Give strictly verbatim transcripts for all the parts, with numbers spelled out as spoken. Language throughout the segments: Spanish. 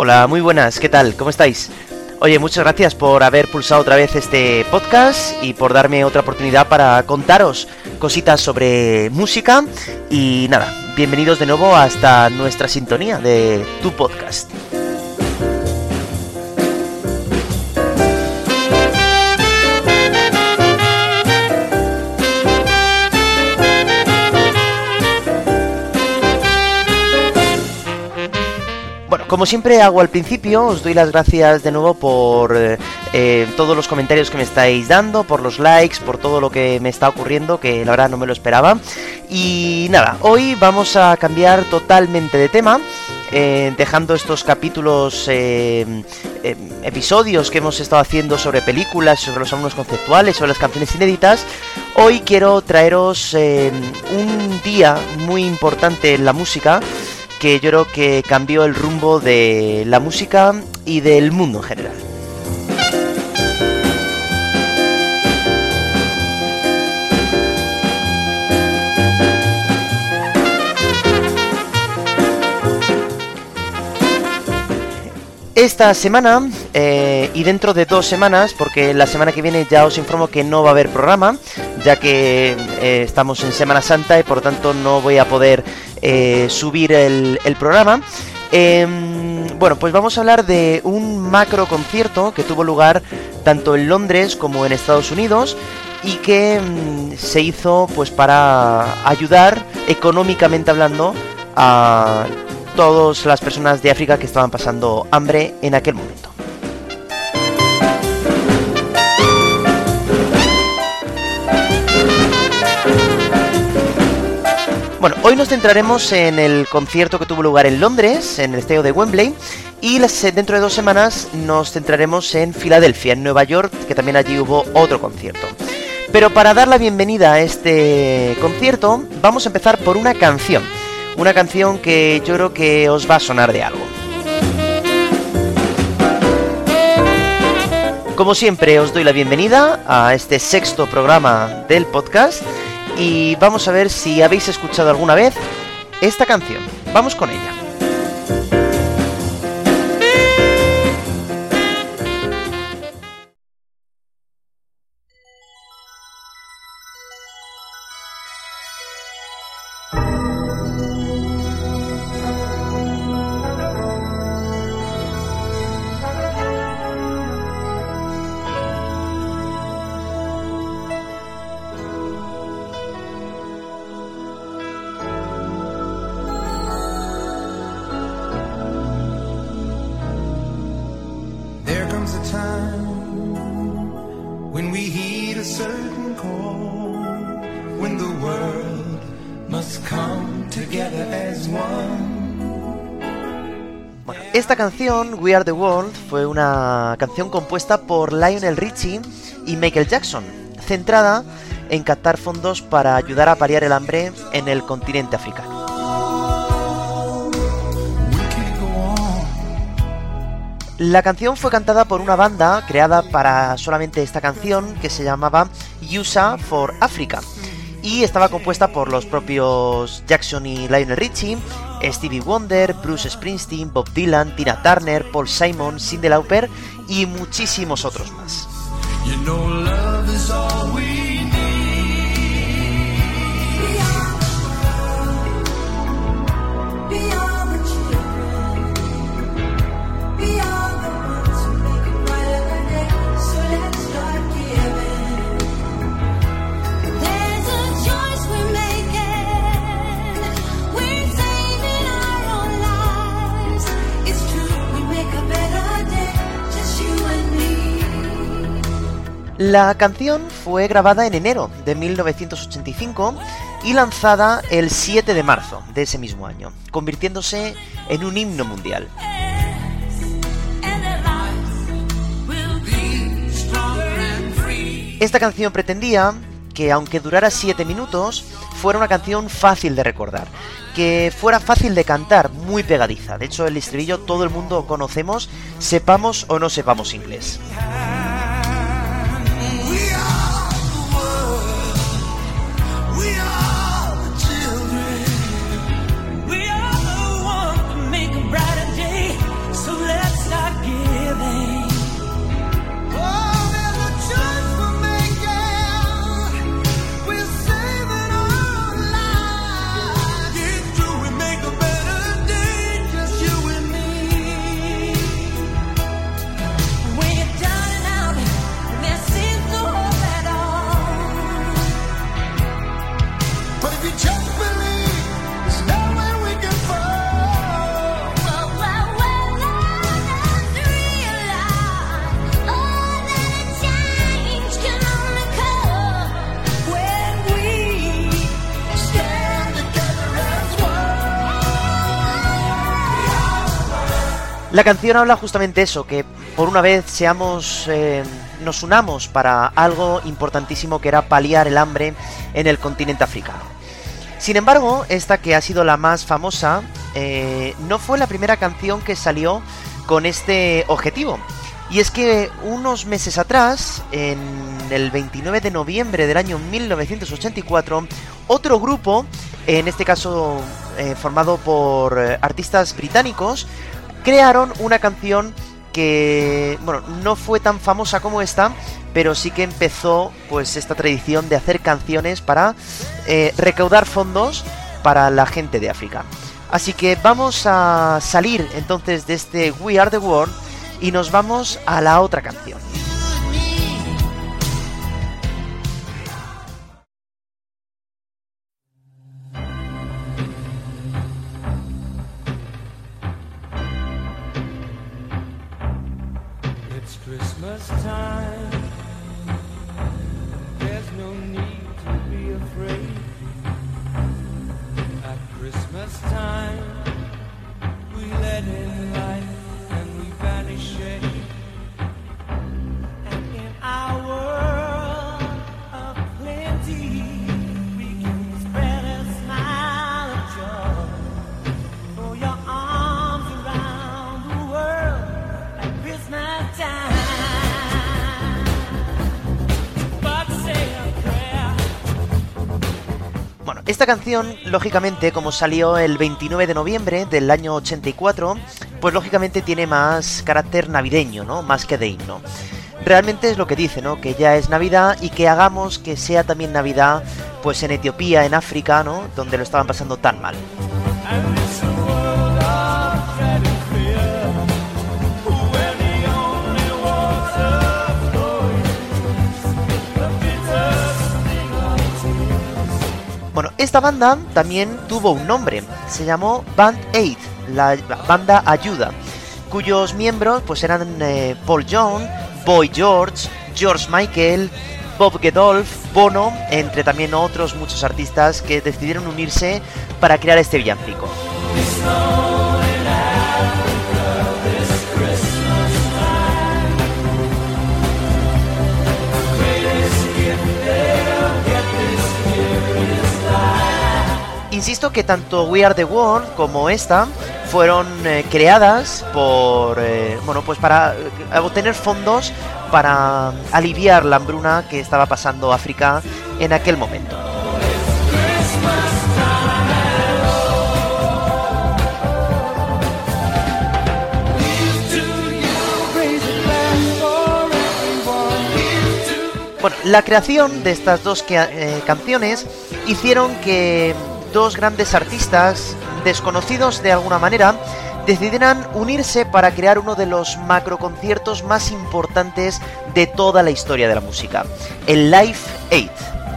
Hola, muy buenas, ¿qué tal? ¿Cómo estáis? Oye, muchas gracias por haber pulsado otra vez este podcast y por darme otra oportunidad para contaros cositas sobre música. Y nada, bienvenidos de nuevo hasta nuestra sintonía de tu podcast. Como siempre hago al principio, os doy las gracias de nuevo por eh, todos los comentarios que me estáis dando, por los likes, por todo lo que me está ocurriendo, que la verdad no me lo esperaba. Y nada, hoy vamos a cambiar totalmente de tema, eh, dejando estos capítulos, eh, eh, episodios que hemos estado haciendo sobre películas, sobre los álbumes conceptuales, sobre las canciones inéditas. Hoy quiero traeros eh, un día muy importante en la música, que yo creo que cambió el rumbo de la música y del mundo en general. Esta semana eh, y dentro de dos semanas, porque la semana que viene ya os informo que no va a haber programa, ya que eh, estamos en Semana Santa y por lo tanto no voy a poder eh, subir el, el programa. Eh, bueno, pues vamos a hablar de un macro concierto que tuvo lugar tanto en Londres como en Estados Unidos y que mm, se hizo pues para ayudar económicamente hablando a todas las personas de África que estaban pasando hambre en aquel momento. Bueno, hoy nos centraremos en el concierto que tuvo lugar en Londres, en el estadio de Wembley, y dentro de dos semanas nos centraremos en Filadelfia, en Nueva York, que también allí hubo otro concierto. Pero para dar la bienvenida a este concierto, vamos a empezar por una canción. Una canción que yo creo que os va a sonar de algo. Como siempre, os doy la bienvenida a este sexto programa del podcast y vamos a ver si habéis escuchado alguna vez esta canción. Vamos con ella. Esta canción, We Are The World, fue una canción compuesta por Lionel Richie y Michael Jackson, centrada en captar fondos para ayudar a paliar el hambre en el continente africano. La canción fue cantada por una banda creada para solamente esta canción que se llamaba U S A for Africa y estaba compuesta por los propios Jackson y Lionel Richie, Stevie Wonder, Bruce Springsteen, Bob Dylan, Tina Turner, Paul Simon, Cyndi Lauper y muchísimos otros más. You know, love is all we need. We are the children. We are the ones who make it brighter than day. So let's start giving. There's a choice we're making. We're saving our own lives. It's true, we make a better day. Just you and me. La canción fue grabada en enero de mil novecientos ochenta y cinco y lanzada el siete de marzo de ese mismo año, convirtiéndose en un himno mundial. Esta canción pretendía que, aunque durara siete minutos, fuera una canción fácil de recordar, que fuera fácil de cantar, muy pegadiza. De hecho, el estribillo todo el mundo conocemos, sepamos o no sepamos inglés. So let La canción habla justamente eso, que por una vez seamos, eh, nos unamos para algo importantísimo que era paliar el hambre en el continente africano. Sin embargo, esta que ha sido la más famosa, eh, no fue la primera canción que salió con este objetivo. Y es que unos meses atrás, en el veintinueve de noviembre del año mil novecientos ochenta y cuatro, otro grupo, en este caso eh, formado por eh, artistas británicos, crearon una canción que, bueno, no fue tan famosa como esta, pero sí que empezó pues esta tradición de hacer canciones para eh, recaudar fondos para la gente de África. Así que vamos a salir entonces de este We Are The World y nos vamos a la otra canción. It's Christmas time. There's no need to be afraid. At Christmas time, we let in light and we banish shade. And in our world of plenty, we can spread a smile of joy. Throw your arms around the world at Christmas time. But say a prayer. Bueno, esta canción, lógicamente, como salió el veintinueve de noviembre del año ochenta y cuatro, pues lógicamente tiene más carácter navideño, ¿no? Más que de himno. Realmente es lo que dice, ¿no? Que ya es Navidad y que hagamos que sea también Navidad, pues en Etiopía, en África, ¿no? Donde lo estaban pasando tan mal. And it's a world of dread and fear, where the only water flows, the bitter sting of tears. Bueno, esta banda también tuvo un nombre, se llamó Band Aid, la banda Ayuda, cuyos miembros pues eran eh, Paul Young, Boy George, George Michael, Bob Geldof, Bono, entre también otros muchos artistas que decidieron unirse para crear este villancico. Insisto que tanto We Are The World como esta fueron eh, creadas por, eh, bueno, pues para eh, obtener fondos para aliviar la hambruna que estaba pasando África en aquel momento. Bueno, la creación de estas dos que, eh, canciones hicieron que dos grandes artistas, desconocidos de alguna manera, decidieran unirse para crear uno de los macroconciertos más importantes de toda la historia de la música, el Live Aid.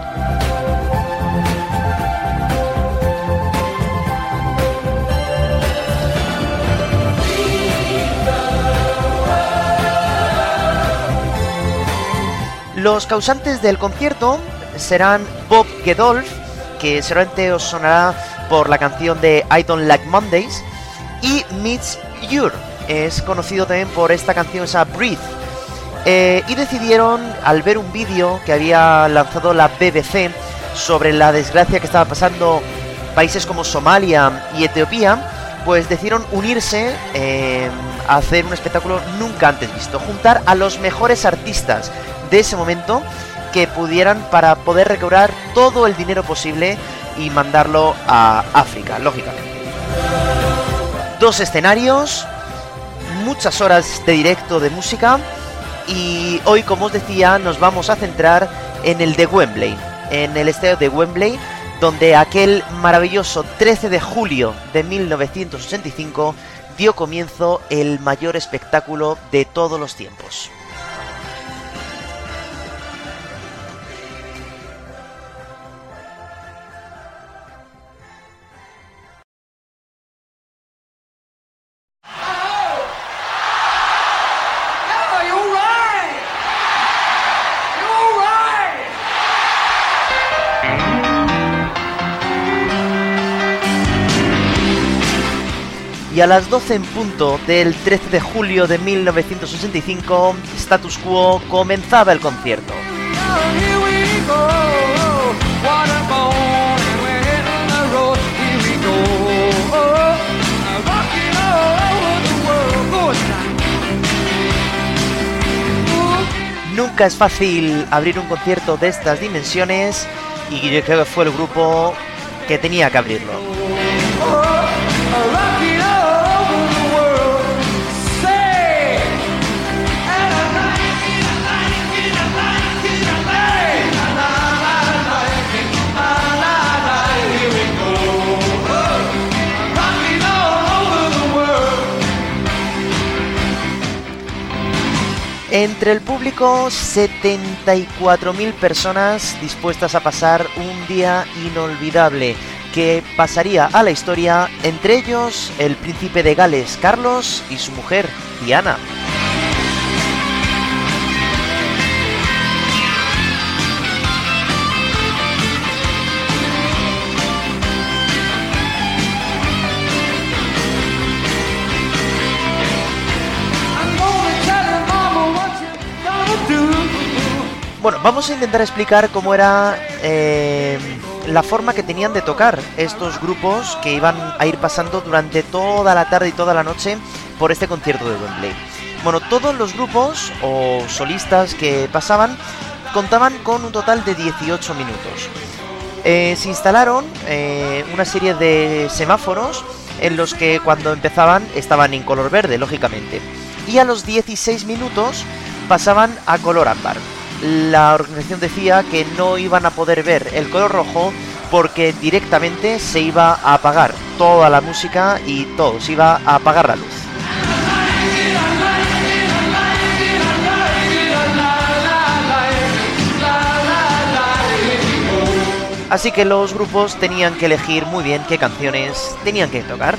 Los causantes del concierto serán Bob Geldof, que seguramente os sonará por la canción de I Don't Like Mondays, y Mitch Ure, es conocido también por esta canción, esa Breathe. Eh, y decidieron, al ver un vídeo que había lanzado la B B C sobre la desgracia que estaba pasando países como Somalia y Etiopía, pues decidieron unirse eh, a hacer un espectáculo nunca antes visto, juntar a los mejores artistas de ese momento que pudieran para poder recaudar todo el dinero posible y mandarlo a África, lógicamente. Dos escenarios, muchas horas de directo de música y hoy, como os decía, nos vamos a centrar en el de Wembley, en el estadio de Wembley, donde aquel maravilloso trece de julio de mil novecientos ochenta y cinco dio comienzo el mayor espectáculo de todos los tiempos. Y Y a las doce en punto del trece de julio de mil novecientos ochenta y cinco, Status Quo comenzaba el concierto. Nunca es fácil abrir un concierto de estas dimensiones y yo creo que fue el grupo que tenía que abrirlo. Entre el público, setenta y cuatro mil personas dispuestas a pasar un día inolvidable que pasaría a la historia, entre ellos el príncipe de Gales, Carlos, y su mujer, Diana. Bueno, vamos a intentar explicar cómo era eh, la forma que tenían de tocar estos grupos que iban a ir pasando durante toda la tarde y toda la noche por este concierto de Wembley. Bueno, todos los grupos o solistas que pasaban contaban con un total de dieciocho minutos. Eh, se instalaron eh, una serie de semáforos en los que cuando empezaban estaban en color verde, lógicamente, y a los dieciséis minutos pasaban a color ámbar. La organización decía que no iban a poder ver el color rojo porque directamente se iba a apagar toda la música y todo, se iba a apagar la luz. Así que los grupos tenían que elegir muy bien qué canciones tenían que tocar.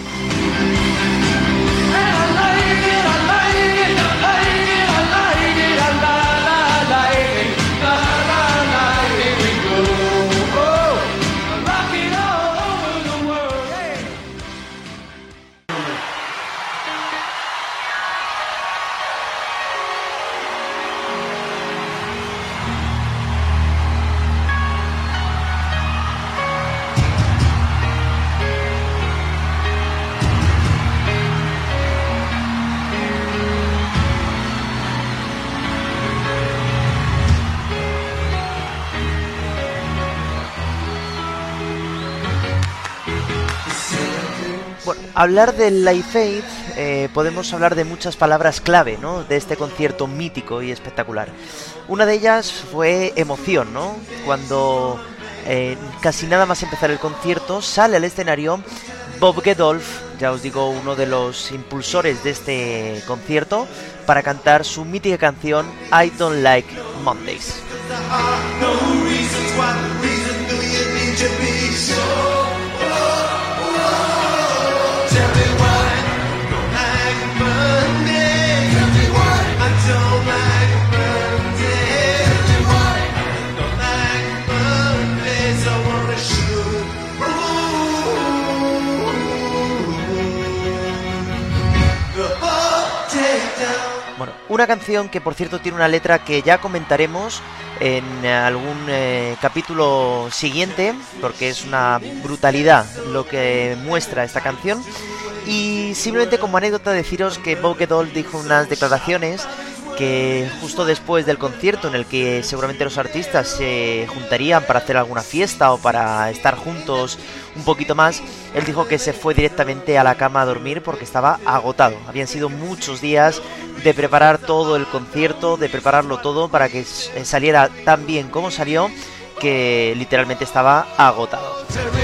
Bueno, hablar del Live Aid, eh, podemos hablar de muchas palabras clave, ¿no?, de este concierto mítico y espectacular. Una de ellas fue emoción, ¿no? Cuando eh, casi nada más empezar el concierto, sale al escenario Bob Geldof, ya os digo, uno de los impulsores de este concierto, para cantar su mítica canción I Don't Like Mondays. Bueno, una canción que por cierto tiene una letra que ya comentaremos en algún eh, capítulo siguiente, porque es una brutalidad lo que muestra esta canción. Y simplemente como anécdota deciros que Bob Geldof dijo unas declaraciones que justo después del concierto, en el que seguramente los artistas se juntarían para hacer alguna fiesta o para estar juntos un poquito más, él dijo que se fue directamente a la cama a dormir porque estaba agotado. Habían sido muchos días de preparar todo el concierto, de prepararlo todo para que saliera tan bien como salió, que literalmente estaba agotado.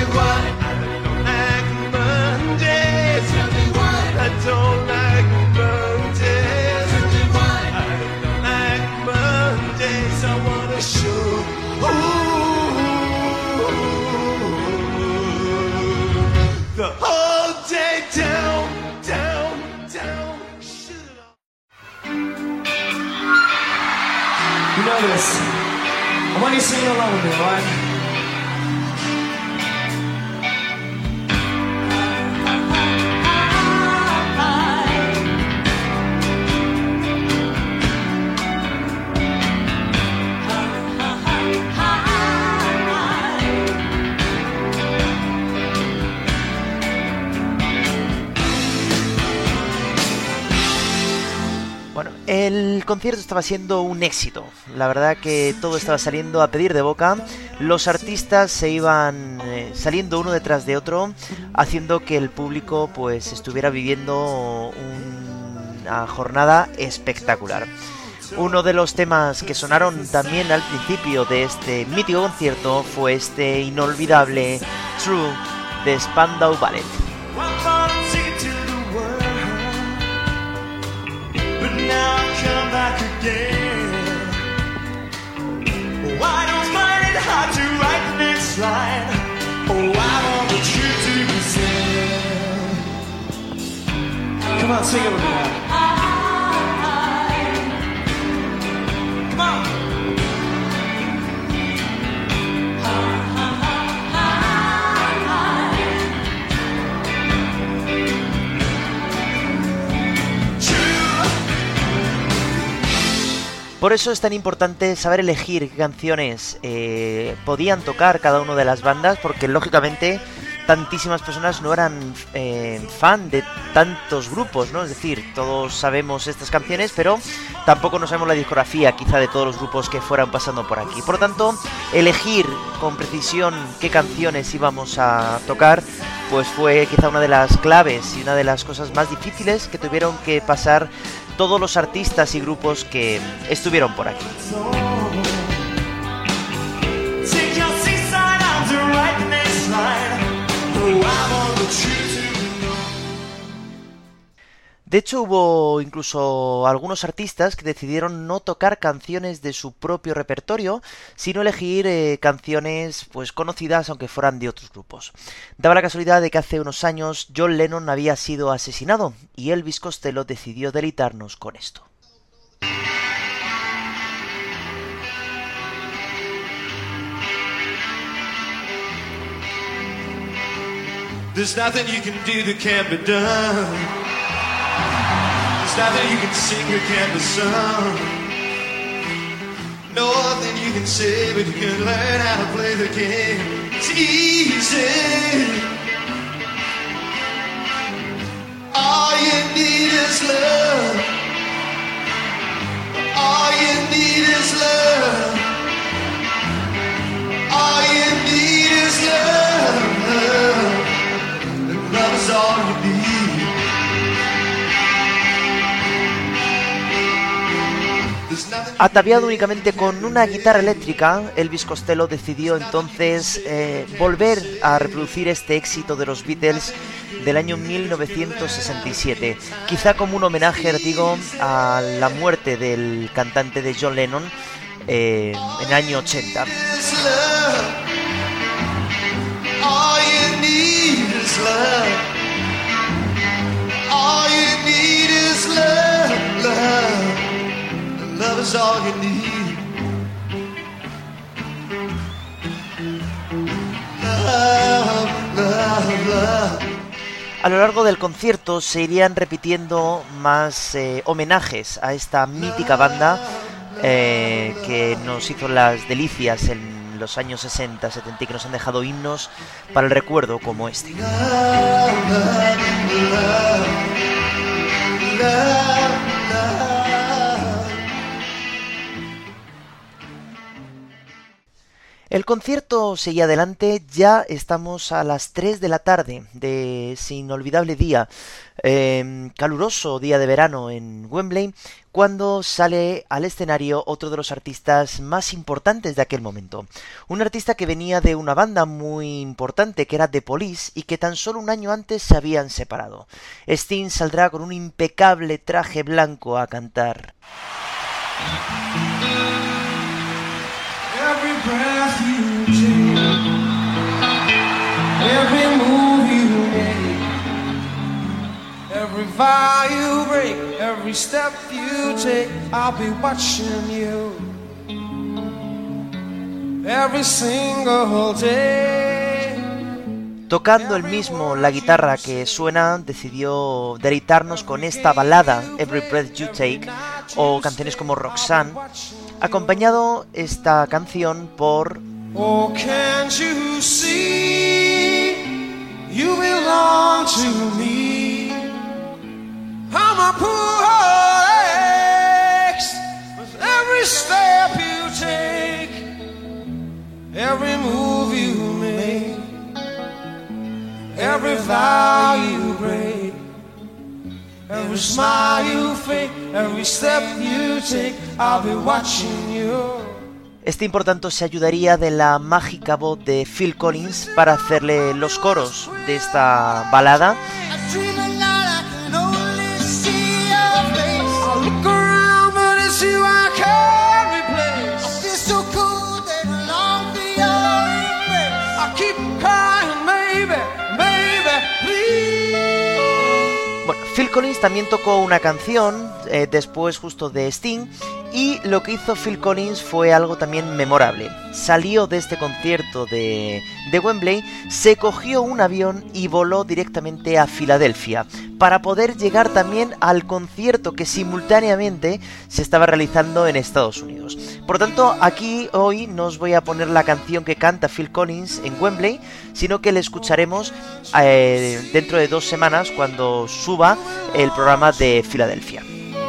You know this. I want you to sing along with me, alright? El concierto estaba siendo un éxito, la verdad que todo estaba saliendo a pedir de boca, los artistas se iban eh, saliendo uno detrás de otro, haciendo que el público pues estuviera viviendo una jornada espectacular. Uno de los temas que sonaron también al principio de este mítico concierto fue este inolvidable True de Spandau Ballet. Back again. Oh, I don't find it hard to write the next line. Oh, I want the truth to be said. Come on, sing it with me now. Come on. Por eso es tan importante saber elegir qué canciones eh, podían tocar cada una de las bandas, porque lógicamente tantísimas personas no eran eh, fan de tantos grupos, ¿no? Es decir, todos sabemos estas canciones, pero tampoco no sabemos la discografía quizá de todos los grupos que fueran pasando por aquí. Por lo tanto, elegir con precisión qué canciones íbamos a tocar, pues fue quizá una de las claves y una de las cosas más difíciles que tuvieron que pasar todos los artistas y grupos que estuvieron por aquí. De hecho, hubo incluso algunos artistas que decidieron no tocar canciones de su propio repertorio, sino elegir eh, canciones pues conocidas aunque fueran de otros grupos. Daba la casualidad de que hace unos años John Lennon había sido asesinado y Elvis Costello decidió deleitarnos con esto. There's nothing you can do that can't be done. There's nothing you can sing that can't be sung. Nothing you can say, but you can learn how to play the game. It's easy. All you need is love. All you need is love. All you need is love. And love is all you need. Ataviado únicamente con una guitarra eléctrica, Elvis Costello decidió entonces eh, volver a reproducir este éxito de los Beatles del año mil novecientos sesenta y siete, quizá como un homenaje, digo, a la muerte del cantante de John Lennon eh, en el año ochenta. Love is all you need. Love, love, love. A lo largo del concierto se irían repitiendo más eh, homenajes a esta mítica banda eh, que nos hizo las delicias en los años sesenta, setenta y que nos han dejado himnos para el recuerdo como este. Love, love, love, love, love. El concierto seguía adelante, ya estamos a las tres de la tarde de ese inolvidable día, eh, caluroso día de verano en Wembley, cuando sale al escenario otro de los artistas más importantes de aquel momento. Un artista que venía de una banda muy importante que era The Police y que tan solo un año antes se habían separado. Sting saldrá con un impecable traje blanco a cantar. Every breath you take, every move you make, every vow you break, every step you take, I'll be watching you every single day. Tocando él mismo la guitarra que suena, decidió deleitarnos con esta balada Every Breath You Take o canciones como Roxanne, acompañado esta canción por Oh, can't you see you belong to me? I'm a poor Every step you take, every move you make, every vow you break, every smile you fake, every step you take, I'll be watching you. Sting, por tanto, se ayudaría de la mágica voz de Phil Collins para hacerle los coros de esta balada. Bueno, Phil Collins también tocó una canción eh, después justo de Sting, y lo que hizo Phil Collins fue algo también memorable. Salió de este concierto de, de Wembley, se cogió un avión y voló directamente a Filadelfia para poder llegar también al concierto que simultáneamente se estaba realizando en Estados Unidos. Por tanto, aquí hoy no os voy a poner la canción que canta Phil Collins en Wembley, sino que le escucharemos eh, dentro de dos semanas cuando suba el programa de Filadelfia.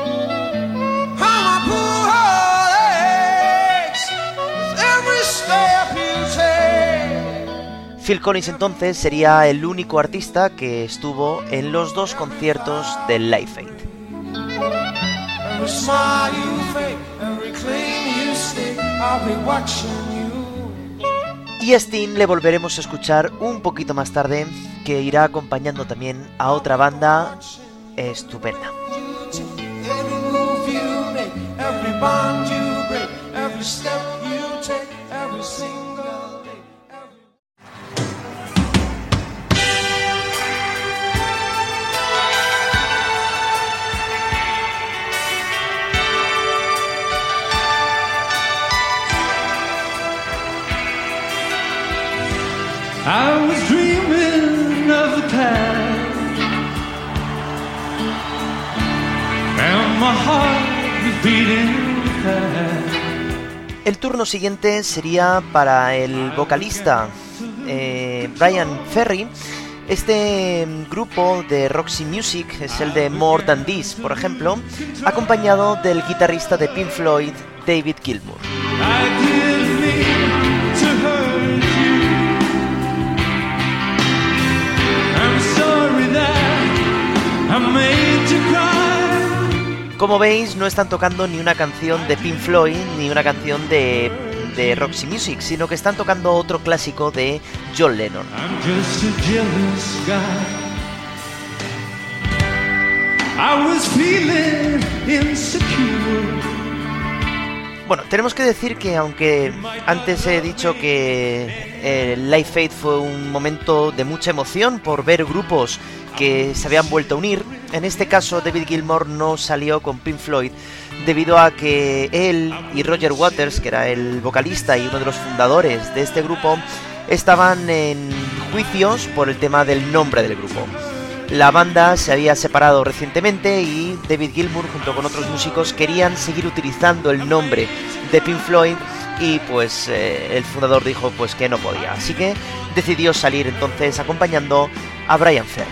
Phil Collins entonces sería el único artista que estuvo en los dos conciertos del Live Aid. Y a Sting le volveremos a escuchar un poquito más tarde, que irá acompañando también a otra banda estupenda. I was dreaming of the past, and my heart was beating fast. El turno siguiente sería para el vocalista eh, Bryan Ferry. Este grupo de Roxy Music es el de More Than This, por ejemplo, acompañado del guitarrista de Pink Floyd, David Gilmour. Como veis, no están tocando ni una canción de Pink Floyd ni una canción de, de Roxy Music, sino que están tocando otro clásico de John Lennon. Bueno, tenemos que decir que aunque antes he dicho que el Live Aid fue un momento de mucha emoción por ver grupos que se habían vuelto a unir, en este caso David Gilmour no salió con Pink Floyd debido a que él y Roger Waters, que era el vocalista y uno de los fundadores de este grupo, estaban en juicios por el tema del nombre del grupo. La banda se había separado recientemente y David Gilmour junto con otros músicos querían seguir utilizando el nombre de Pink Floyd y pues eh, el fundador dijo pues que no podía, así que decidió salir entonces acompañando a Bryan Ferry.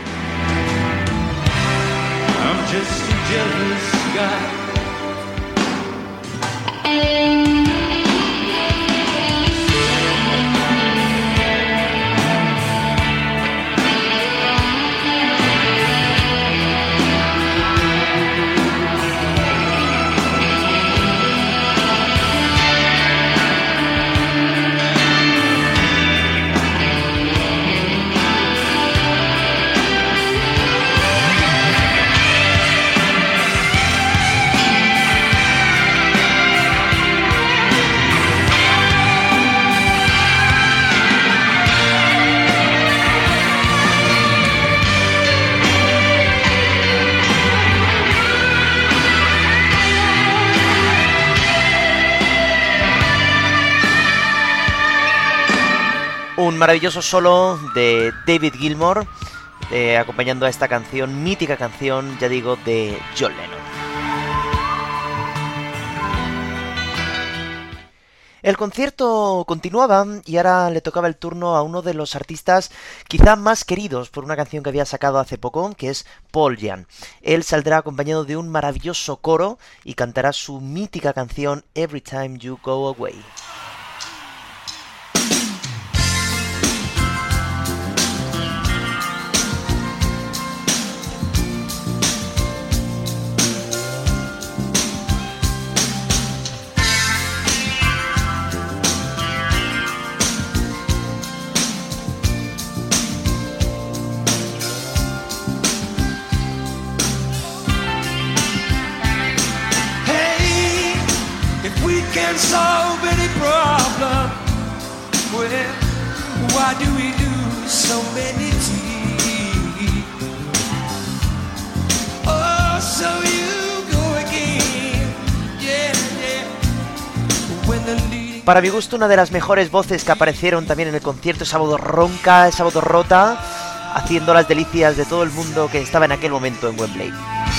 I'm just a jealous guy. Un maravilloso solo de David Gilmour, eh, acompañando a esta canción, mítica canción, ya digo, de John Lennon. El concierto continuaba y ahora le tocaba el turno a uno de los artistas quizá más queridos por una canción que había sacado hace poco, que es Paul Young. Él saldrá acompañado de un maravilloso coro y cantará su mítica canción Every Time You Go Away. Solve any problem. Well, why do we lose so many teeth? Oh, so you go again. Yeah, yeah. When the leading... Para mi gusto, una de las mejores voces que aparecieron también en el concierto, esa voz ronca, esa voz rota, haciendo las delicias de todo el mundo que estaba en aquel momento en Wembley.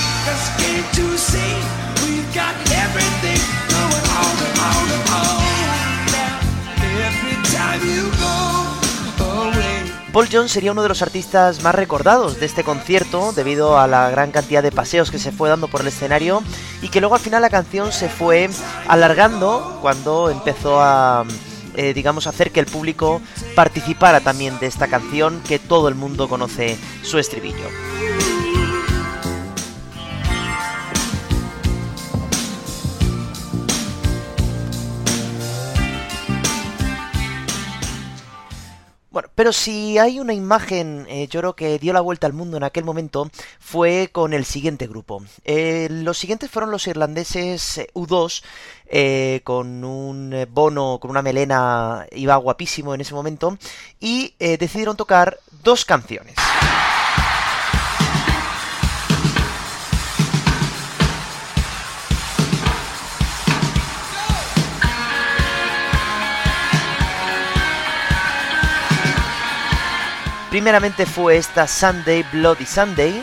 Paul Young sería uno de los artistas más recordados de este concierto debido a la gran cantidad de paseos que se fue dando por el escenario y que luego al final la canción se fue alargando cuando empezó a, eh, digamos, hacer que el público participara también de esta canción, que todo el mundo conoce su estribillo. Bueno, pero si hay una imagen, eh, yo creo que dio la vuelta al mundo en aquel momento, fue con el siguiente grupo. Eh, los siguientes fueron los irlandeses eh, U dos, eh, con un eh, Bono, con una melena, iba guapísimo en ese momento, y eh, decidieron tocar dos canciones. Primeramente fue esta Sunday, Bloody Sunday.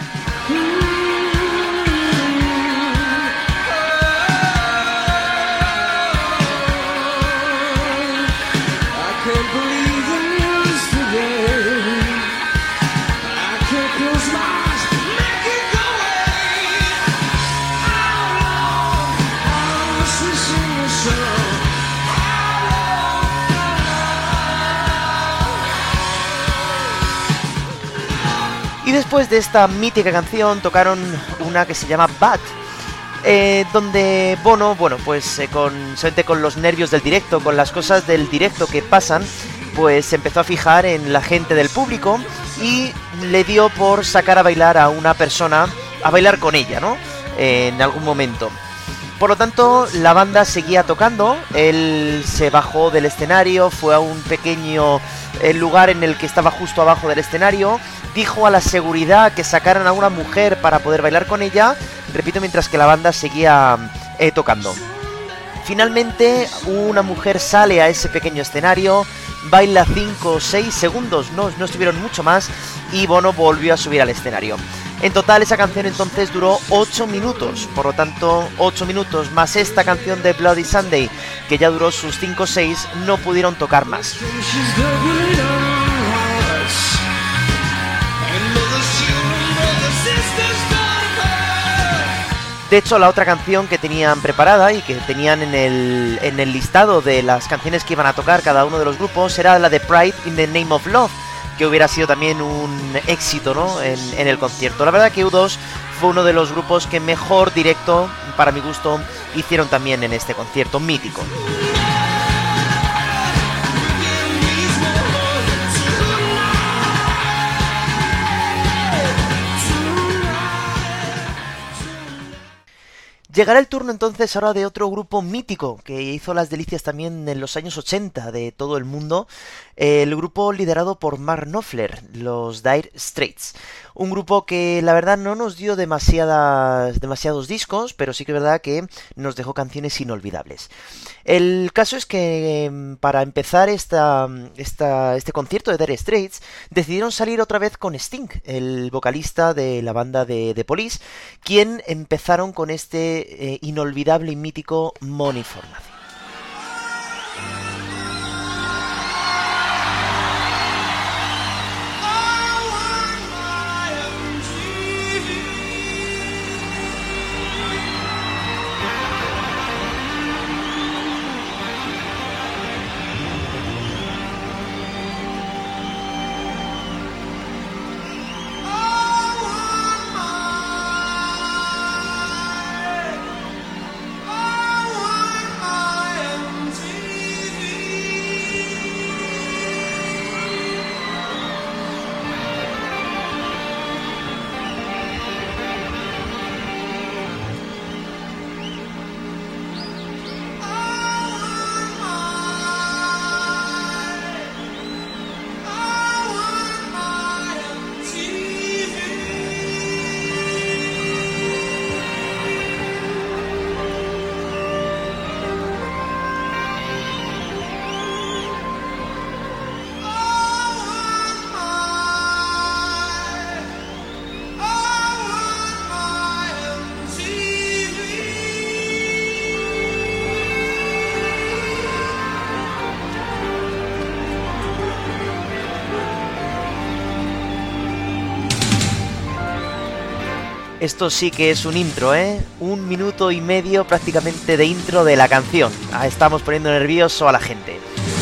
Y después de esta mítica canción tocaron una que se llama Bad, eh, donde Bono, bueno, pues eh, con, solamente con los nervios del directo, con las cosas del directo que pasan, pues se empezó a fijar en la gente del público y le dio por sacar a bailar a una persona, a bailar con ella, ¿no? Eh, en algún momento. Por lo tanto, la banda seguía tocando, él se bajó del escenario, fue a un pequeño eh, lugar en el que estaba justo abajo del escenario, dijo a la seguridad que sacaran a una mujer para poder bailar con ella, repito, mientras que la banda seguía eh, tocando. Finalmente, una mujer sale a ese pequeño escenario, baila cinco o seis segundos, no, no estuvieron mucho más, y Bono volvió a subir al escenario. En total esa canción entonces duró ocho minutos, por lo tanto ocho minutos más esta canción de Bloody Sunday, que ya duró sus cinco o seis, no pudieron tocar más. De hecho, la otra canción que tenían preparada y que tenían en el, en el listado de las canciones que iban a tocar cada uno de los grupos era la de Pride in the Name of Love, que hubiera sido también un éxito, ¿no? en, en el concierto. La verdad que U dos fue uno de los grupos que mejor directo, para mi gusto, hicieron también en este concierto mítico. Llegará el turno entonces ahora de otro grupo mítico que hizo las delicias también en los años ochenta de todo el mundo, el grupo liderado por Mark Knopfler, los Dire Straits. Un grupo que la verdad no nos dio demasiadas, demasiados discos, pero sí que es verdad que nos dejó canciones inolvidables. El caso es que para empezar esta, esta, este concierto de Dire Straits decidieron salir otra vez con Sting, el vocalista de la banda de The Police, quien empezaron con este eh, inolvidable y mítico Money for Nothing. Esto sí que es un intro, ¿eh? Un minuto y medio prácticamente de intro de la canción. Ah, estamos poniendo nervioso a la gente.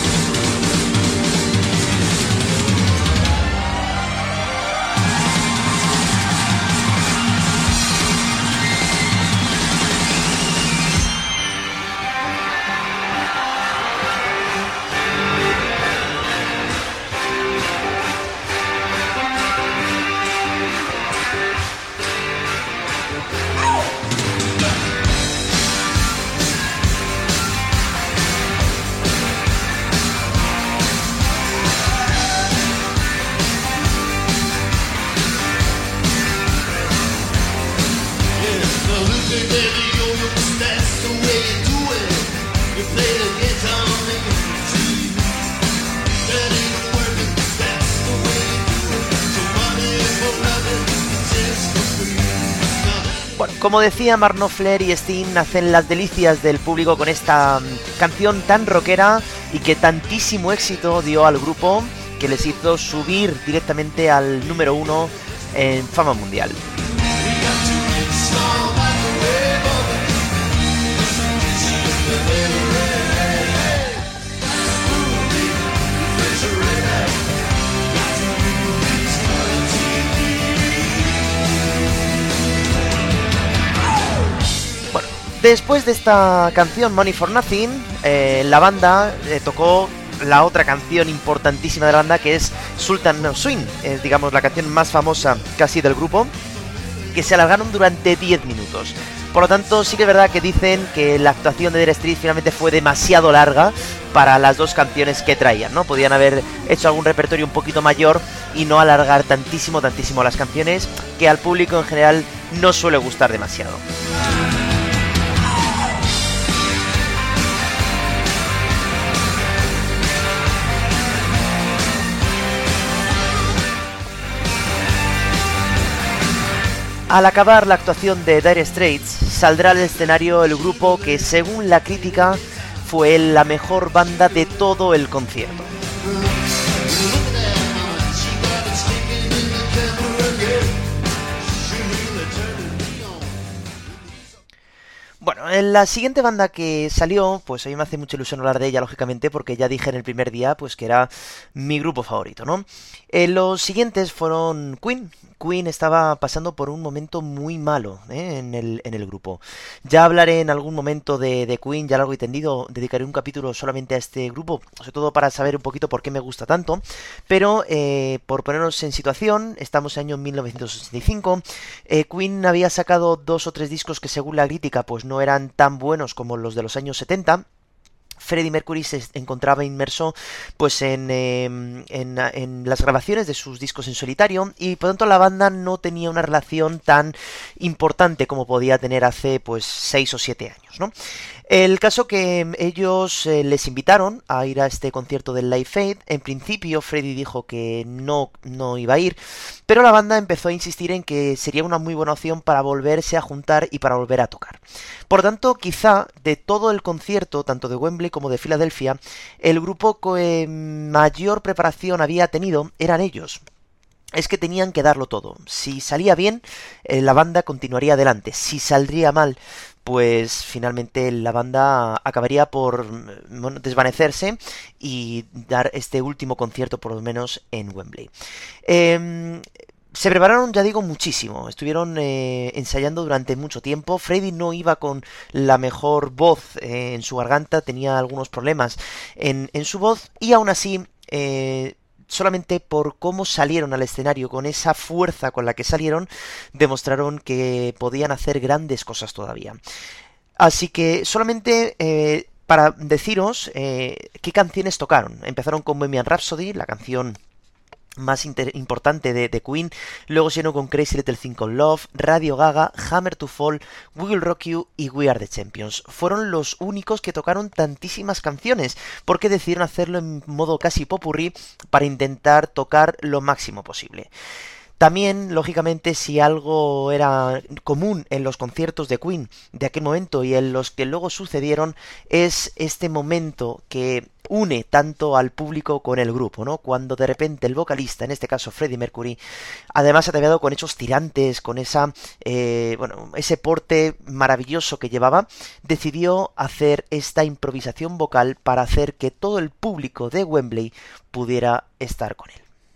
Bueno, como decía, Mark Knopfler y Sting hacen las delicias del público con esta um, canción tan rockera y que tantísimo éxito dio al grupo, que les hizo subir directamente al número uno en fama mundial. Después de esta canción, Money for Nothing, eh, la banda eh, tocó la otra canción importantísima de la banda, que es Sultan of Swing, es digamos la canción más famosa casi del grupo, que se alargaron durante diez minutos. Por lo tanto, sí que es verdad que dicen que la actuación de Dire Straits finalmente fue demasiado larga para las dos canciones que traían, ¿no? Podían haber hecho algún repertorio un poquito mayor y no alargar tantísimo, tantísimo las canciones, que al público en general no suele gustar demasiado. Al acabar la actuación de Dire Straits, saldrá al escenario el grupo que, según la crítica, fue la mejor banda de todo el concierto. Bueno, en la siguiente banda que salió, pues a mí me hace mucha ilusión hablar de ella, lógicamente, porque ya dije en el primer día pues que era mi grupo favorito, ¿no? Eh, los siguientes fueron Queen. Queen estaba pasando por un momento muy malo, ¿eh? en, el, en el grupo. Ya hablaré en algún momento de, de Queen, ya largo y tendido, dedicaré un capítulo solamente a este grupo, sobre todo para saber un poquito por qué me gusta tanto, pero eh, por ponernos en situación, estamos en el año mil novecientos ochenta y cinco, eh, Queen había sacado dos o tres discos que según la crítica pues no eran tan buenos como los de los años setenta. Freddie Mercury se encontraba inmerso pues en, eh, en, en las grabaciones de sus discos en solitario y por tanto la banda no tenía una relación tan importante como podía tener hace pues seis o siete años, ¿no? El caso que ellos eh, les invitaron a ir a este concierto del Live Aid. En principio Freddie dijo que no, no iba a ir, pero la banda empezó a insistir en que sería una muy buena opción para volverse a juntar y para volver a tocar. Por tanto, quizá de todo el concierto, tanto de Wembley como de Filadelfia, el grupo que mayor preparación había tenido eran ellos. Es que tenían que darlo todo. Si salía bien, eh, la banda continuaría adelante. Si saldría mal, pues finalmente la banda acabaría por bueno, desvanecerse y dar este último concierto por lo menos en Wembley. Eh, se prepararon, ya digo, muchísimo. Estuvieron eh, ensayando durante mucho tiempo. Freddie no iba con la mejor voz eh, en su garganta, tenía algunos problemas en, en su voz y aún así... Eh, solamente por cómo salieron al escenario, con esa fuerza con la que salieron, demostraron que podían hacer grandes cosas todavía. Así que solamente eh, para deciros eh, qué canciones tocaron. Empezaron con Bohemian Rhapsody, la canción más importante de, de Queen, luego siguieron con Crazy Little Thing Called Love, Radio Gaga, Hammer to Fall, We Will Rock You y We Are the Champions. Fueron los únicos que tocaron tantísimas canciones, porque decidieron hacerlo en modo casi popurrí para intentar tocar lo máximo posible. También, lógicamente, si algo era común en los conciertos de Queen de aquel momento y en los que luego sucedieron, es este momento que une tanto al público con el grupo, ¿no? Cuando de repente el vocalista, en este caso Freddie Mercury, además ataviado con esos tirantes, con esa, eh, bueno, ese porte maravilloso que llevaba, decidió hacer esta improvisación vocal para hacer que todo el público de Wembley pudiera estar con él.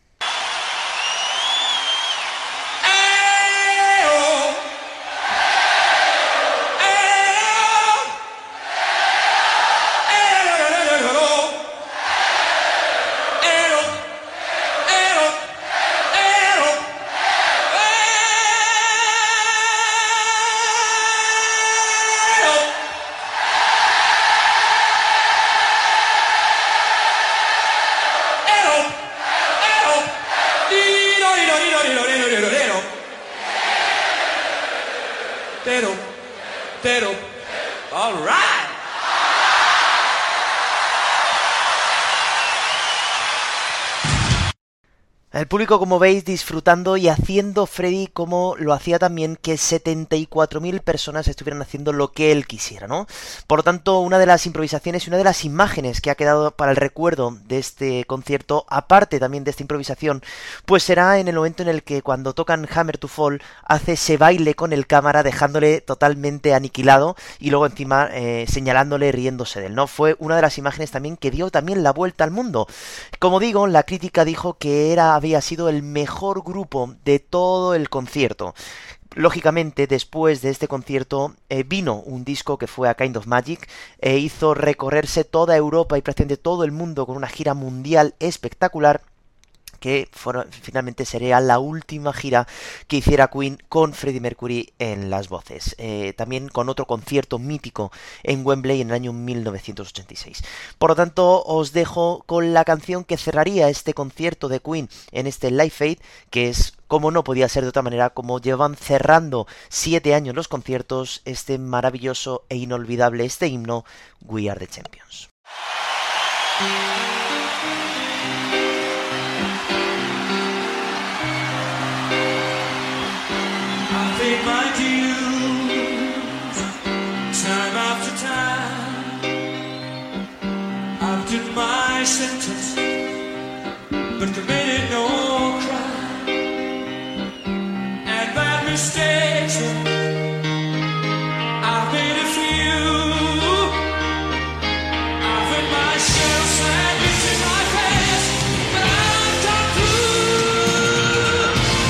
Pero, pero, all right. El público, como veis, disfrutando y haciendo Freddie como lo hacía también que setenta y cuatro mil personas estuvieran haciendo lo que él quisiera, ¿no? Por lo tanto, una de las improvisaciones y una de las imágenes que ha quedado para el recuerdo de este concierto, aparte también de esta improvisación, pues será en el momento en el que cuando tocan Hammer to Fall hace ese baile con el cámara dejándole totalmente aniquilado y luego encima eh, señalándole, riéndose de él, ¿no? Fue una de las imágenes también que dio también la vuelta al mundo. Como digo, la crítica dijo que era había sido el mejor grupo de todo el concierto. Lógicamente, después de este concierto eh, vino un disco que fue A Kind of Magic, e hizo recorrerse toda Europa y prácticamente todo el mundo con una gira mundial espectacular, que fueron, finalmente sería la última gira que hiciera Queen con Freddie Mercury en las voces. Eh, también con otro concierto mítico en Wembley en el año mil novecientos ochenta y seis. Por lo tanto, os dejo con la canción que cerraría este concierto de Queen en este Live Aid, que es, como no podía ser de otra manera, como llevan cerrando siete años los conciertos, este maravilloso e inolvidable, este himno, We Are the Champions. Paid my dues time after time. I've done my sentence, but committed no crime. And bad mistakes, I've made a few. I've hurt myself and beaten my past, but I've come through.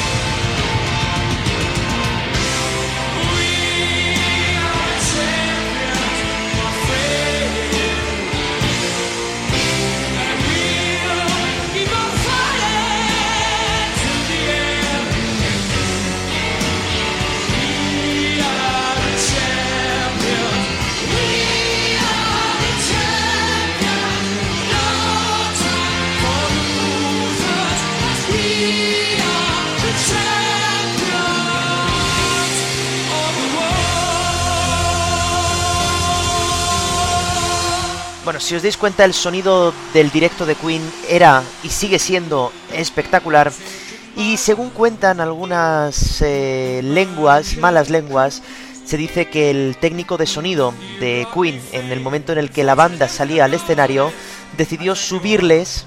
Bueno, si os dais cuenta, el sonido del directo de Queen era y sigue siendo espectacular. Y según cuentan algunas eh, lenguas, malas lenguas, se dice que el técnico de sonido de Queen, en el momento en el que la banda salía al escenario, decidió subirles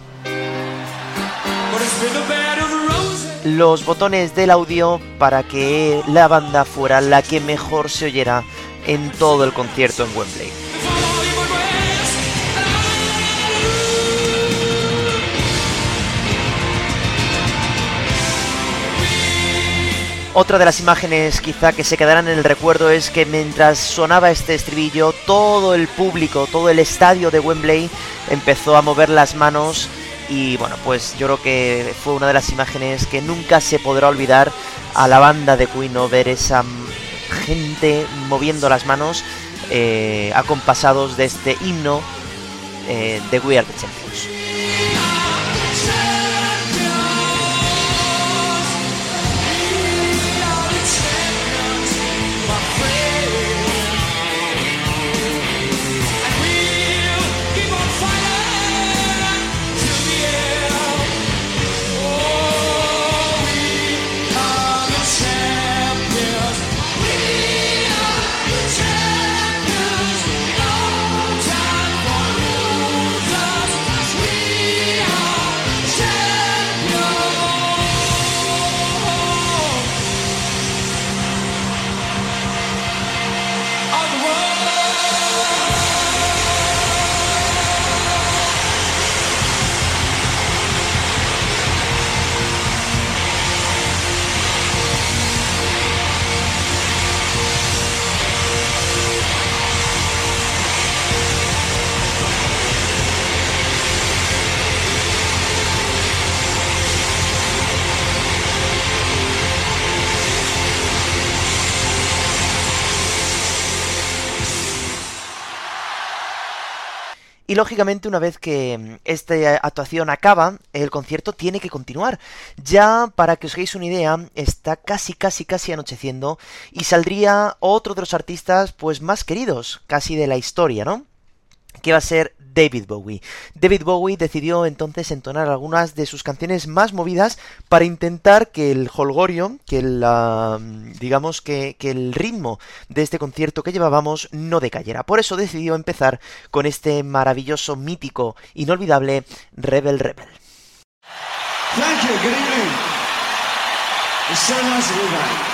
los botones del audio para que la banda fuera la que mejor se oyera en todo el concierto en Wembley. Otra de las imágenes quizá que se quedarán en el recuerdo es que mientras sonaba este estribillo, todo el público, todo el estadio de Wembley empezó a mover las manos y bueno, pues yo creo que fue una de las imágenes que nunca se podrá olvidar a la banda de Queen, ¿no? Ver esa gente moviendo las manos eh, acompasados de este himno eh, de We Are the Champions. lógicamente una vez que esta actuación acaba, el concierto tiene que continuar. Ya para que os hagáis una idea, está casi casi casi anocheciendo y saldría otro de los artistas pues más queridos casi de la historia, ¿no? Que va a ser David Bowie. David Bowie decidió entonces entonar algunas de sus canciones más movidas para intentar que el jolgorio, que el, uh, digamos que, que el ritmo de este concierto que llevábamos no decayera. Por eso decidió empezar con este maravilloso, mítico, inolvidable Rebel Rebel. Thank you, good evening. It's so nice to be back.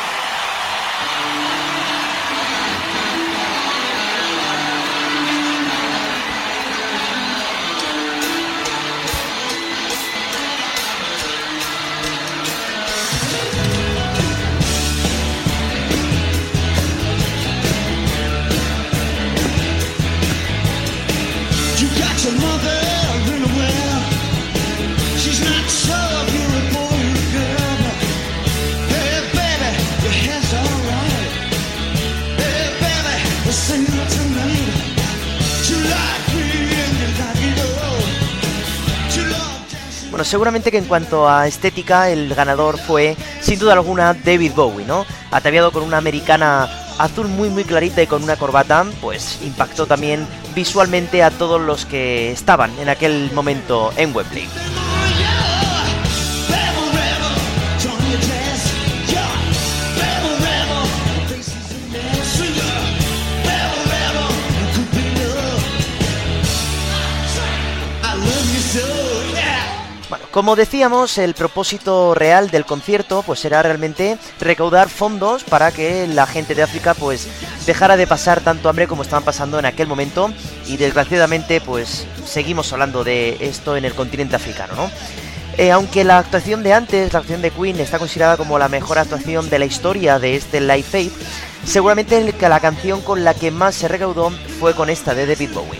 Your mother in a well. She's not sure if you're a boy or a girl, but hey baby, your hair's alright. Hey baby, we'll sing it tonight. You like me and you like it all. You love dancing. Bueno, seguramente que en cuanto a estética, el ganador fue, sin duda alguna, David Bowie, ¿no? Ataviado con una americana azul muy muy clarita y con una corbata, pues impactó también visualmente a todos los que estaban en aquel momento en Wembley. Bueno, como decíamos, el propósito real del concierto pues era realmente recaudar fondos para que la gente de África pues dejara de pasar tanto hambre como estaban pasando en aquel momento, y desgraciadamente pues seguimos hablando de esto en el continente africano, ¿no? Eh, aunque la actuación de antes, la actuación de Queen, está considerada como la mejor actuación de la historia de este Live Aid, seguramente la canción con la que más se recaudó fue con esta de David Bowie.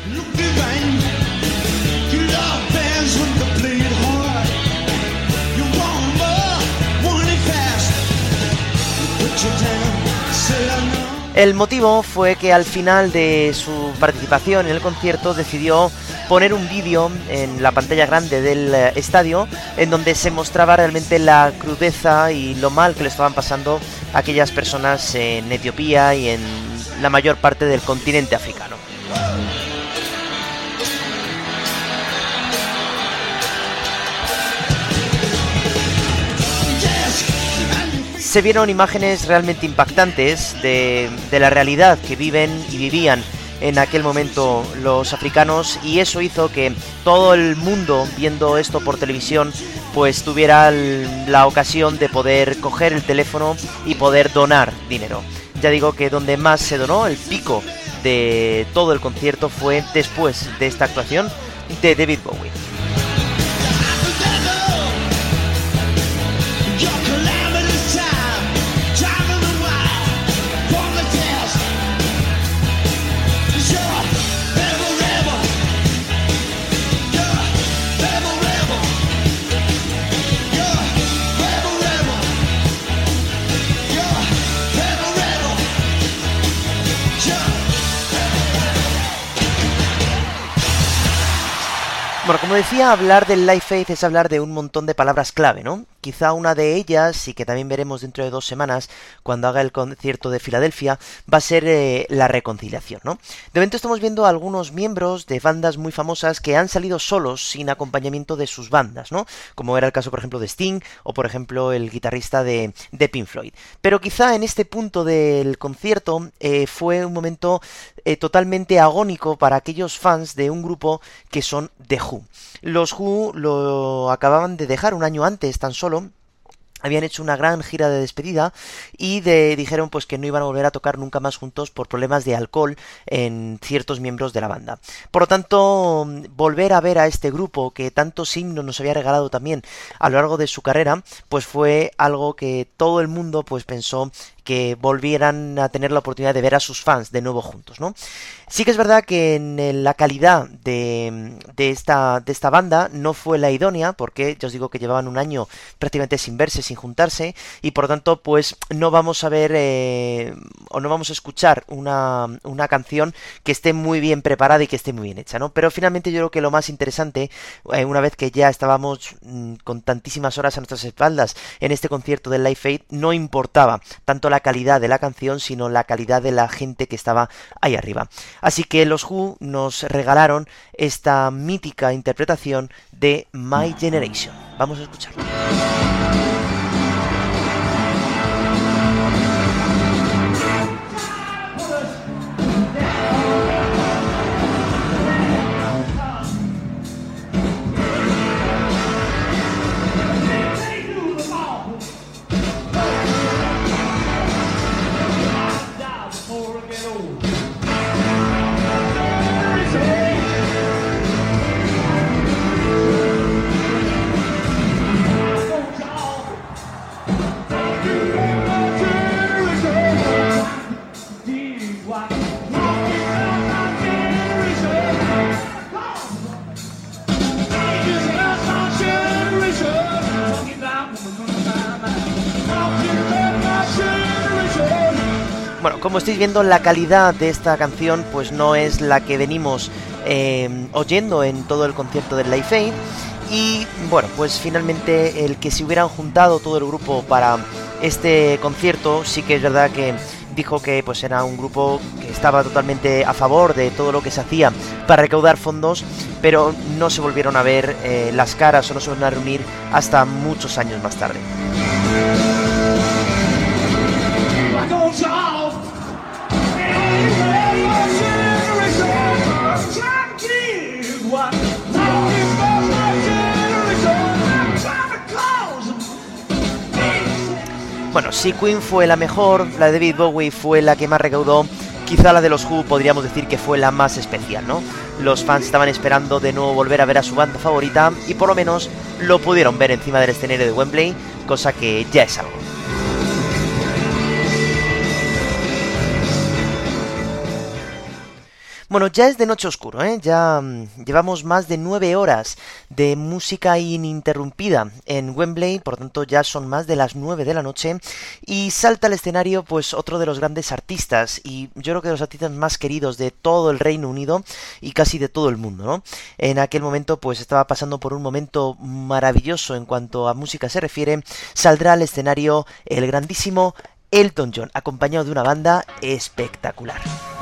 El motivo fue que al final de su participación en el concierto decidió poner un vídeo en la pantalla grande del estadio en donde se mostraba realmente la crudeza y lo mal que le estaban pasando a aquellas personas en Etiopía y en la mayor parte del continente africano. Se vieron imágenes realmente impactantes de, de la realidad que viven y vivían en aquel momento los africanos, y eso hizo que todo el mundo, viendo esto por televisión, pues tuviera la ocasión de poder coger el teléfono y poder donar dinero. Ya digo que donde más se donó, el pico de todo el concierto, fue después de esta actuación de David Bowie. Bueno, como decía, hablar del Live Aid es hablar de un montón de palabras clave, ¿no? Quizá una de ellas, y que también veremos dentro de dos semanas, cuando haga el concierto de Filadelfia, va a ser eh, la reconciliación, ¿no? De momento estamos viendo a algunos miembros de bandas muy famosas que han salido solos, sin acompañamiento de sus bandas, ¿no? Como era el caso, por ejemplo, de Sting, o por ejemplo, el guitarrista de, de Pink Floyd. Pero quizá en este punto del concierto eh, fue un momento eh, totalmente agónico para aquellos fans de un grupo que son The Who. Los Who lo acababan de dejar un año antes tan solo. Habían hecho una gran gira de despedida y de, dijeron pues que no iban a volver a tocar nunca más juntos por problemas de alcohol en ciertos miembros de la banda. Por lo tanto, volver a ver a este grupo que tantos himnos nos había regalado también a lo largo de su carrera, pues fue algo que todo el mundo pues pensó que volvieran a tener la oportunidad de ver a sus fans de nuevo juntos, ¿no? Sí que es verdad que en la calidad de, de, esta, de esta banda no fue la idónea, porque ya os digo que llevaban un año prácticamente sin verse, sin juntarse, y por lo tanto pues no vamos a ver eh, o no vamos a escuchar una, una canción que esté muy bien preparada y que esté muy bien hecha, ¿no? Pero finalmente yo creo que lo más interesante, eh, una vez que ya estábamos mmm, con tantísimas horas a nuestras espaldas en este concierto del Live Aid, no importaba tanto la calidad de la canción, sino la calidad de la gente que estaba ahí arriba. Así que los Who nos regalaron esta mítica interpretación de My Generation. Vamos a escucharlo. Bueno, como estáis viendo, la calidad de esta canción pues no es la que venimos eh, oyendo en todo el concierto del Live Aid. Y bueno, pues finalmente el que se hubieran juntado todo el grupo para este concierto, sí que es verdad que dijo que pues era un grupo que estaba totalmente a favor de todo lo que se hacía para recaudar fondos, pero no se volvieron a ver eh, las caras o no se volvieron a reunir hasta muchos años más tarde. Bueno, si Queen fue la mejor, la de David Bowie fue la que más recaudó, quizá la de los Who podríamos decir que fue la más especial, ¿no? Los fans estaban esperando de nuevo volver a ver a su banda favorita y por lo menos lo pudieron ver encima del escenario de Wembley, cosa que ya es algo. Bueno, ya es de noche oscuro, ¿eh? Ya mmm, llevamos más de nueve horas de música ininterrumpida en Wembley, por lo tanto ya son más de las nueve de la noche y salta al escenario pues otro de los grandes artistas y yo creo que de los artistas más queridos de todo el Reino Unido y casi de todo el mundo, ¿no? En aquel momento pues estaba pasando por un momento maravilloso en cuanto a música se refiere, saldrá al escenario el grandísimo Elton John, acompañado de una banda espectacular.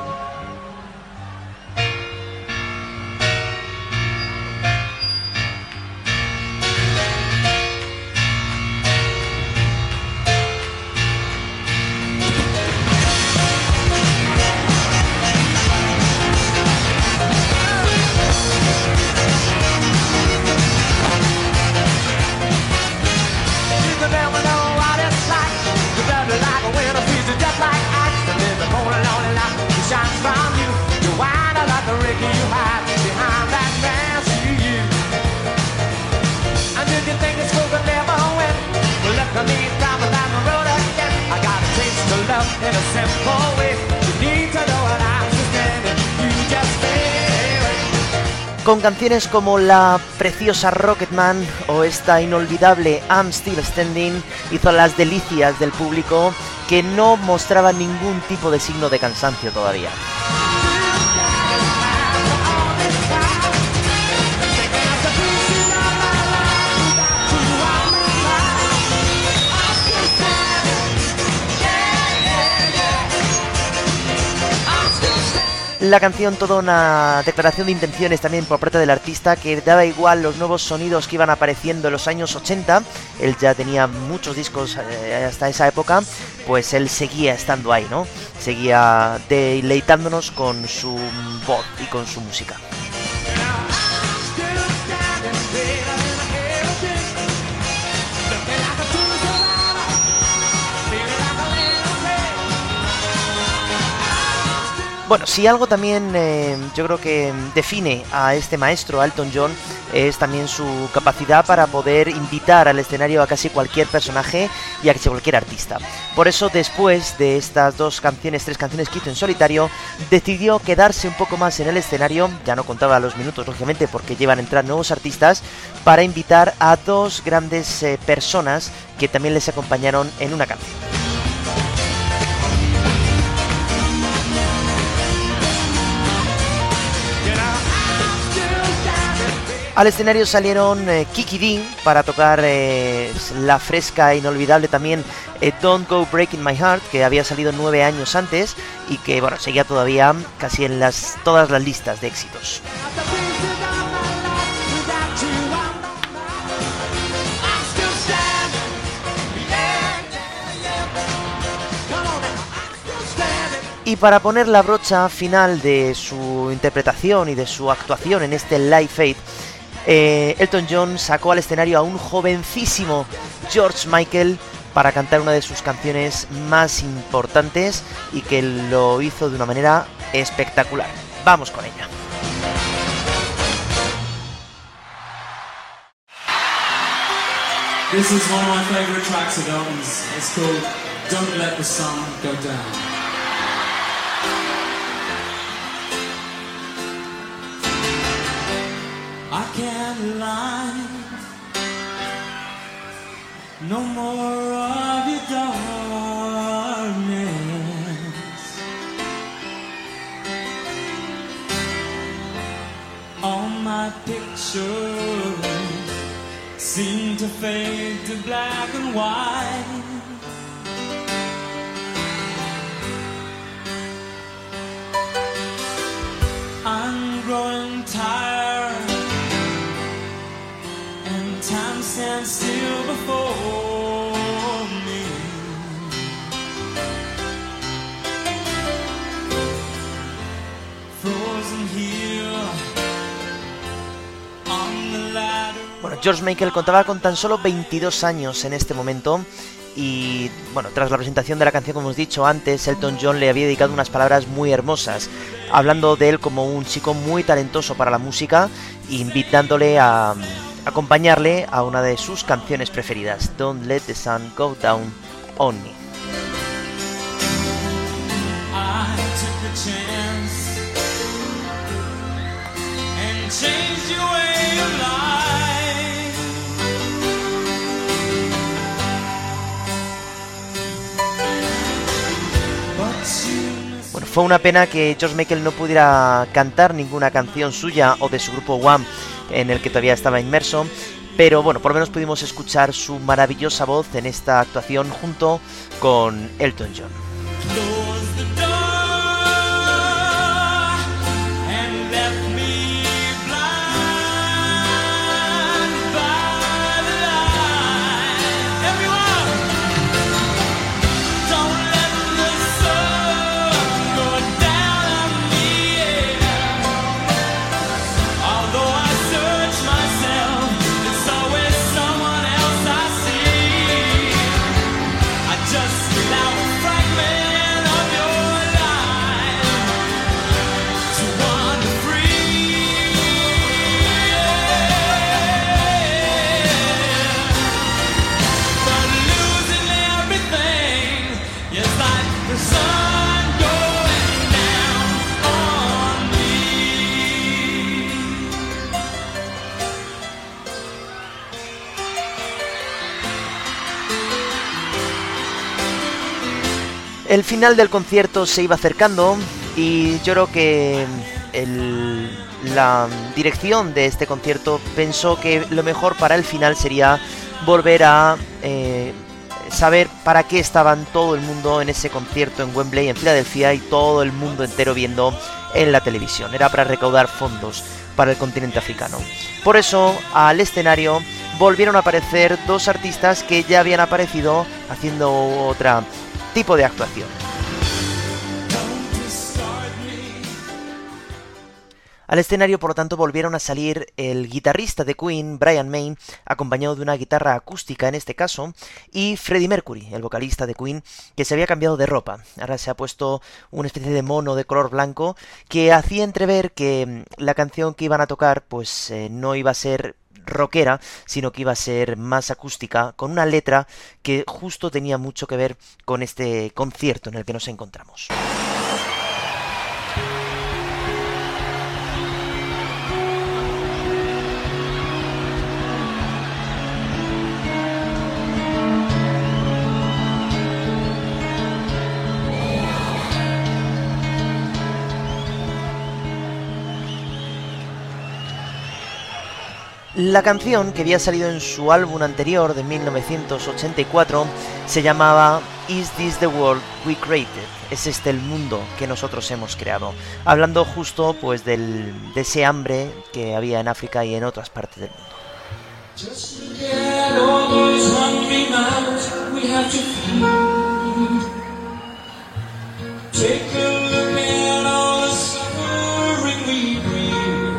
Con canciones como la preciosa Rocketman o esta inolvidable I'm Still Standing, hizo las delicias del público que no mostraba ningún tipo de signo de cansancio todavía. La canción, toda una declaración de intenciones también por parte del artista, que daba igual los nuevos sonidos que iban apareciendo en los años ochenta, él ya tenía muchos discos eh, hasta esa época, pues él seguía estando ahí, ¿no? Seguía deleitándonos con su voz y con su música. Bueno, si algo también eh, yo creo que define a este maestro, a Elton John, es también su capacidad para poder invitar al escenario a casi cualquier personaje y a casi cualquier artista. Por eso, después de estas dos canciones, tres canciones que hizo en solitario, decidió quedarse un poco más en el escenario, ya no contaba los minutos, lógicamente, porque llevan a entrar nuevos artistas, para invitar a dos grandes eh, personas que también les acompañaron en una canción. Al escenario salieron eh, Kiki Dee para tocar eh, la fresca e inolvidable también eh, Don't Go Breaking My Heart, que había salido nueve años antes y que bueno, seguía todavía casi en las, todas las listas de éxitos. Y para poner la brocha final de su interpretación y de su actuación en este Live Aid, eh, Elton John sacó al escenario a un jovencísimo George Michael para cantar una de sus canciones más importantes y que lo hizo de una manera espectacular. Vamos con ella. This is one of my favorite tracks of Elton's. It's called Don't Let the Sun Go Down. I can't lie, no more of your darkness. All my pictures seem to fade to black and white. I'm growing tired, and time stands still before me. Frozen here on the ladder. Bueno, George Michael contaba con tan solo veintidós años en este momento y, bueno, tras la presentación de la canción, como hemos dicho antes, Elton John le había dedicado unas palabras muy hermosas, hablando de él como un chico muy talentoso para la música, invitándole a acompañarle a una de sus canciones preferidas, Don't Let the Sun Go Down on Me. I took a chance and changed your way of life. But you Bueno, fue una pena que George Michael no pudiera cantar ninguna canción suya o de su grupo Wham, en el que todavía estaba inmerso, pero bueno, por lo menos pudimos escuchar su maravillosa voz en esta actuación junto con Elton John. closed the door and left me blind by the light. Everyone, don't let the sun go down on me. Although I search myself, it's always someone else I see. I just allow a fragment of your life to wander free. But losing everything is like the sun going down on me. El final del concierto se iba acercando y yo creo que el- la dirección de este concierto pensó que lo mejor para el final sería volver a eh, saber para qué estaban todo el mundo en ese concierto en Wembley, en Filadelfia, y todo el mundo entero viendo en la televisión. Era para recaudar fondos para el continente africano. Por eso, al escenario volvieron a aparecer dos artistas que ya habían aparecido haciendo otra tipo de actuación. Al escenario, por lo tanto, volvieron a salir el guitarrista de Queen, Brian May, acompañado de una guitarra acústica en este caso, y Freddie Mercury, el vocalista de Queen, que se había cambiado de ropa. Ahora se ha puesto una especie de mono de color blanco que hacía entrever que la canción que iban a tocar pues eh, no iba a ser rockera, sino que iba a ser más acústica, con una letra que justo tenía mucho que ver con este concierto en el que nos encontramos. La canción, que había salido en su álbum anterior de mil novecientos ochenta y cuatro, se llamaba Is This the World We Created? ¿Es este el mundo que nosotros hemos creado? Hablando justo pues del, de ese hambre que había en África y en otras partes del mundo. Just forget all those hungry mouths we have to feed. Take a look at all the suffering we breathe.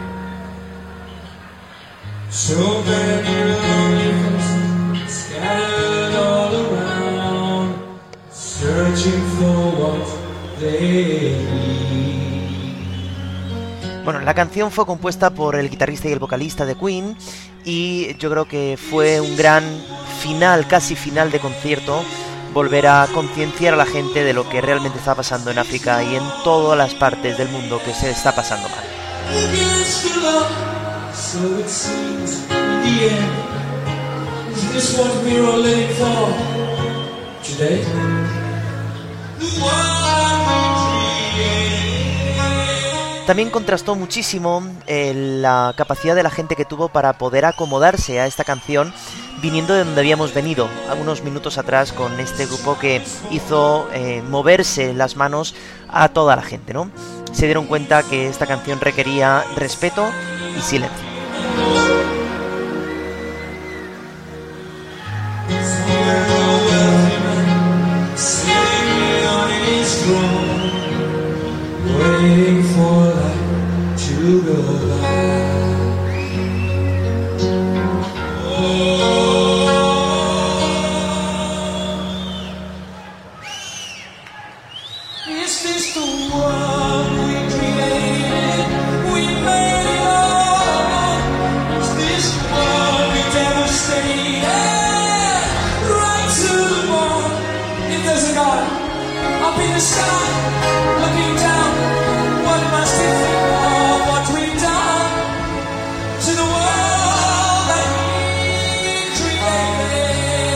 So many lonely faces scattered all around, searching for what they need. Bueno, la canción fue compuesta por el guitarrista y el vocalista de Queen y yo creo que fue un gran final, casi final de concierto, volver a concienciar a la gente de lo que realmente está pasando en África y en todas las partes del mundo que se está pasando mal. So it seems in the end, is this what we're all living for today? The world we created. También contrastó muchísimo eh, la capacidad de la gente que tuvo para poder acomodarse a esta canción viniendo de donde habíamos venido algunos minutos atrás con este grupo que hizo eh, moverse las manos a toda la gente, ¿no? Se dieron cuenta que esta canción requería respeto y silencio. Waiting for light to go by. Oh. Is this the world we created? We made it all. Is this the world we devastated? Right to the bone. If there's a God up in the sky, looking down, what must he think of what we've done to the world that he created?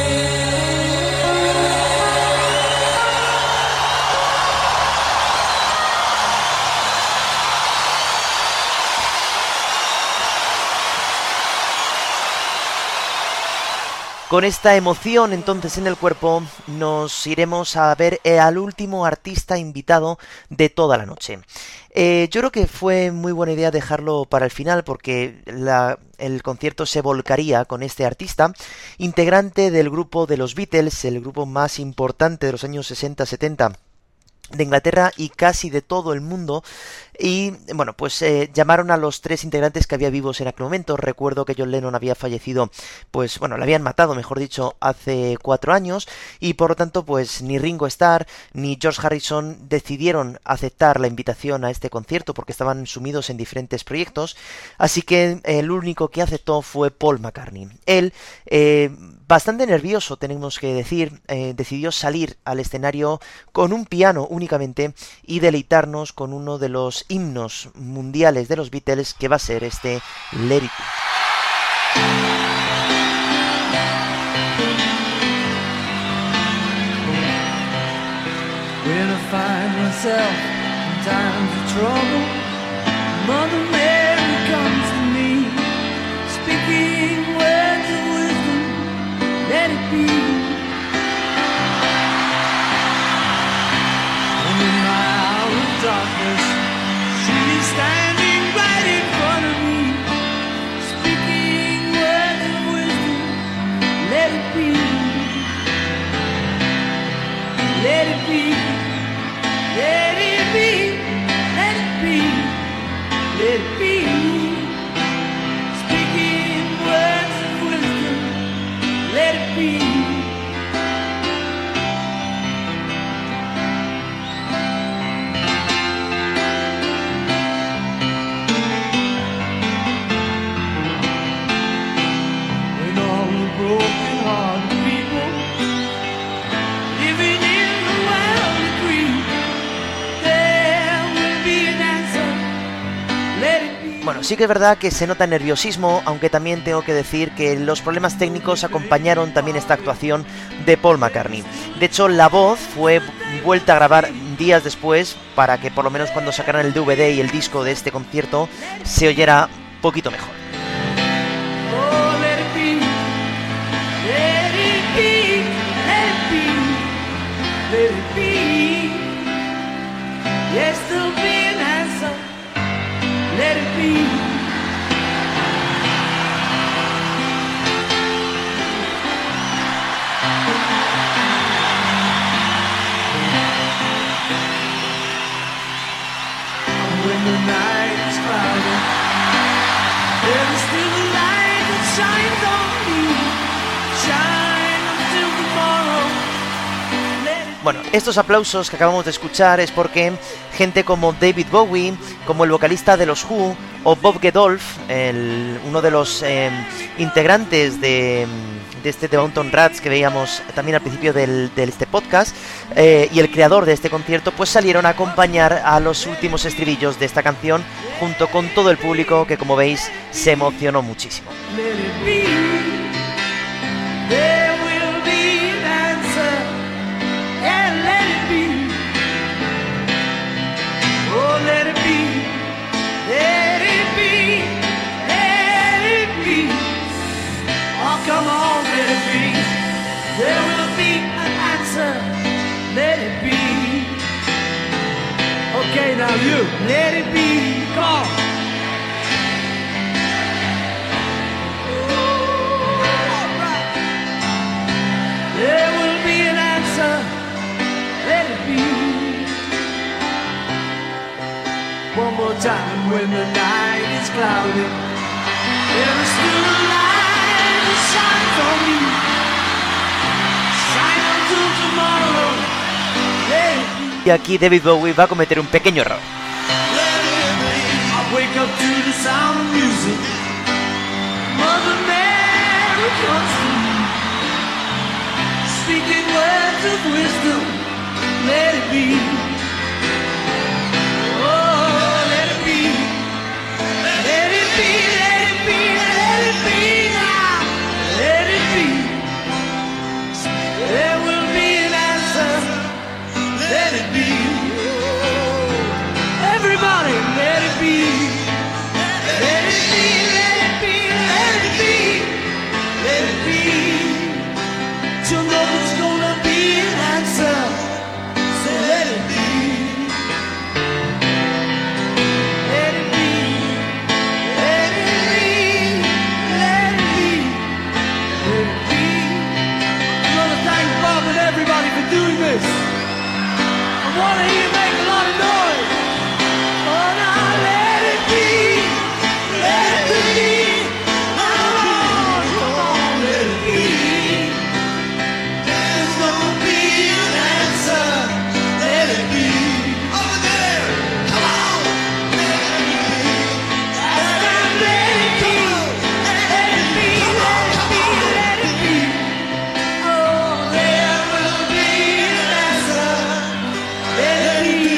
Con esta emoción entonces en el cuerpo nos iremos a ver al último artista invitado de toda la noche. Eh, yo creo que fue muy buena idea dejarlo para el final porque la, el concierto se volcaría con este artista, integrante del grupo de los Beatles, el grupo más importante de los años sesenta setenta de Inglaterra y casi de todo el mundo. Y bueno, pues eh, llamaron a los tres integrantes que había vivos en aquel momento. Recuerdo que John Lennon había fallecido, pues bueno, le habían matado, mejor dicho, hace cuatro años, y por lo tanto pues ni Ringo Starr ni George Harrison decidieron aceptar la invitación a este concierto porque estaban sumidos en diferentes proyectos, así que el único que aceptó fue Paul McCartney. Él, eh, bastante nervioso tenemos que decir, eh, decidió salir al escenario con un piano únicamente y deleitarnos con uno de los himnos mundiales de los Beatles, que va a ser este Let It Be. When I find myself in times of trouble, Mother Mary comes to me, speaking words of wisdom, let it be. And in my hour of darkness, she's standing right in front of me, speaking words of wisdom, let it be. Let it be, let it be, let it be, let Bueno, sí que es verdad que se nota nerviosismo, aunque también tengo que decir que los problemas técnicos acompañaron también esta actuación de Paul McCartney. De hecho, la voz fue vuelta a grabar días después para que por lo menos cuando sacaran el D V D y el disco de este concierto se oyera un poquito mejor. Oh, let it be, let it be, let it be, let it be. Yes, there'll be an answer. Let it be. When the night is cloudy, there is still a light that shines on me. Shine until tomorrow. Let it Bueno, estos aplausos que acabamos de escuchar es porque gente como David Bowie, como el vocalista de los Who, o Bob Geldof, el, uno de los eh, integrantes de, de este The Downton Rats que veíamos también al principio del, de este podcast, eh, y el creador de este concierto, pues salieron a acompañar a los últimos estribillos de esta canción junto con todo el público que, como veis, se emocionó muchísimo. Let it be. There will be an answer. Yeah, let it be. Oh, let it be. Let it be. Let it be. Oh, come on, let it be. There will be an answer. Let it be. Okay, now you. Let it be. Come on. There will be an answer. Let it be. One more time when the night is cloudy. There is still a light that shines on me. Shine until tomorrow. Let it be. Y aquí David Bowie va a cometer un pequeño error. I wake up to the sound of music. Mother Mary comes to me, speaking words of wisdom. Let it be. Oh, let it be. Let it be, let it be, let it be now. Let it be. There will be an answer. Let it be. Everybody, let it be. Let it be, let it be, let it be. Let it be. You know there's gonna be an answer. So let it be. Let it be. Let it be. Let it be. Let it be. I wanna thank Bob and everybody for doing this. I wanna hear you make a lot of noise. Oh, now let it be. Let it be. Come on, come on, let it be. There's gonna be an answer. Let it be. Over there. Come on. Let it be. Let it be. Let it be. Let it be. Let it be. Oh, there will be an answer. Let it be.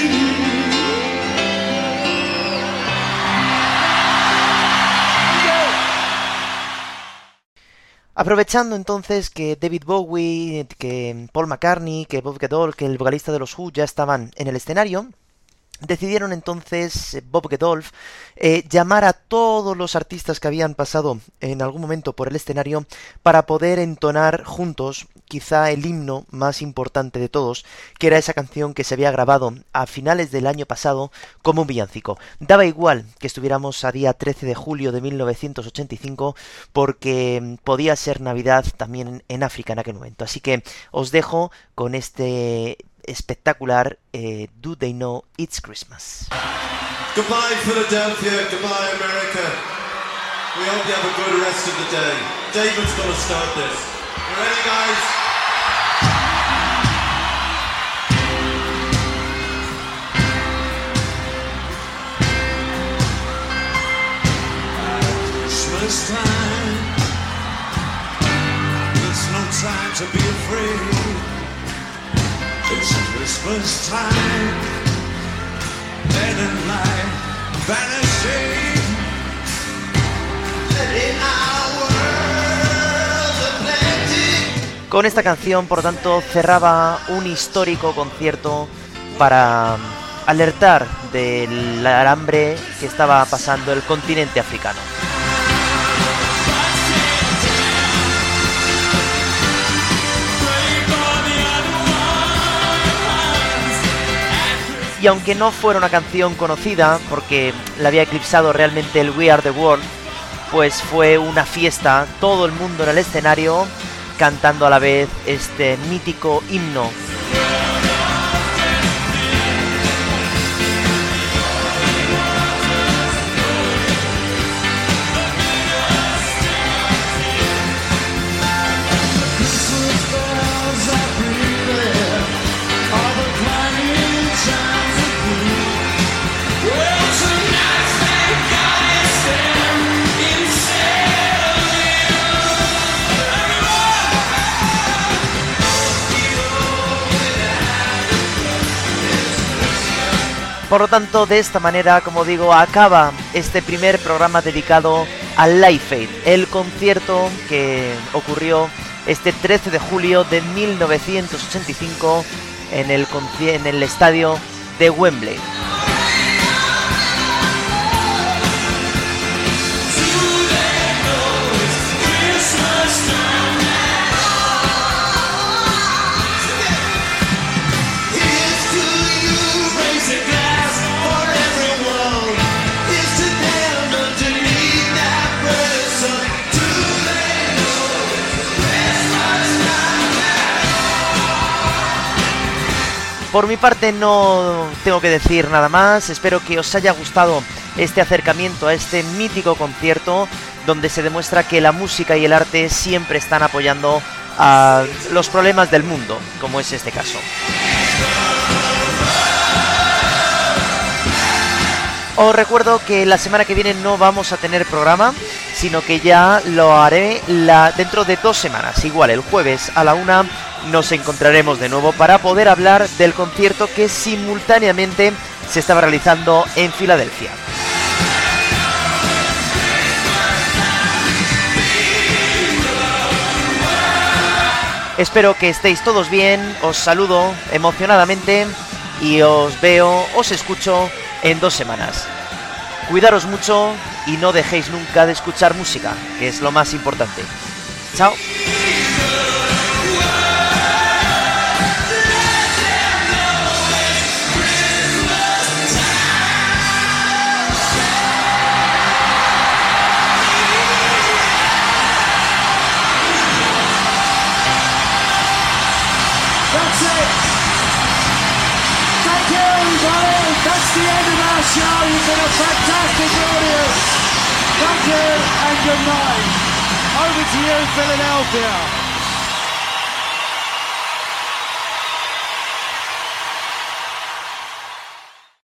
Aprovechando entonces que David Bowie, que Paul McCartney, que Bob Geldof, que el vocalista de los Who ya estaban en el escenario, decidieron entonces Bob Geldof eh, llamar a todos los artistas que habían pasado en algún momento por el escenario para poder entonar juntos quizá el himno más importante de todos, que era esa canción que se había grabado a finales del año pasado como un villancico. Daba igual que estuviéramos a día trece de julio de mil novecientos ochenta y cinco porque podía ser Navidad también en África en aquel momento. Así que os dejo con este espectacular eh, Do They Know It's Christmas. Goodbye Philadelphia, goodbye America. We hope you have a good rest of the day. David's going to start this. You ready, guys? Christmas time, there's no time to be afraid. It's Christmas time, dead and light vanishing. Con esta canción, por lo tanto, cerraba un histórico concierto para alertar del hambre que estaba pasando el continente africano. Y aunque no fuera una canción conocida, porque la había eclipsado realmente el We Are The World, pues fue una fiesta, todo el mundo en el escenario cantando a la vez este mítico himno. Por lo tanto, de esta manera, como digo, acaba este primer programa dedicado al Live Aid, el concierto que ocurrió este trece de julio de mil novecientos ochenta y cinco en el, en el estadio de Wembley. Por mi parte no tengo que decir nada más, espero que os haya gustado este acercamiento a este mítico concierto donde se demuestra que la música y el arte siempre están apoyando a los problemas del mundo, como es este caso. Os recuerdo que la semana que viene no vamos a tener programa, sino que ya lo haré la, dentro de dos semanas. Igual el jueves a la una nos encontraremos de nuevo para poder hablar del concierto que simultáneamente se estaba realizando en Filadelfia. Espero que estéis todos bien, os saludo emocionadamente y os veo, os escucho en dos semanas. Cuidaros mucho y no dejéis nunca de escuchar música, que es lo más importante. Chao. That's it. Thank you, everybody. That's the end of our show. You've been a fantastic audience. Thank you and good night. Over to you, Philadelphia.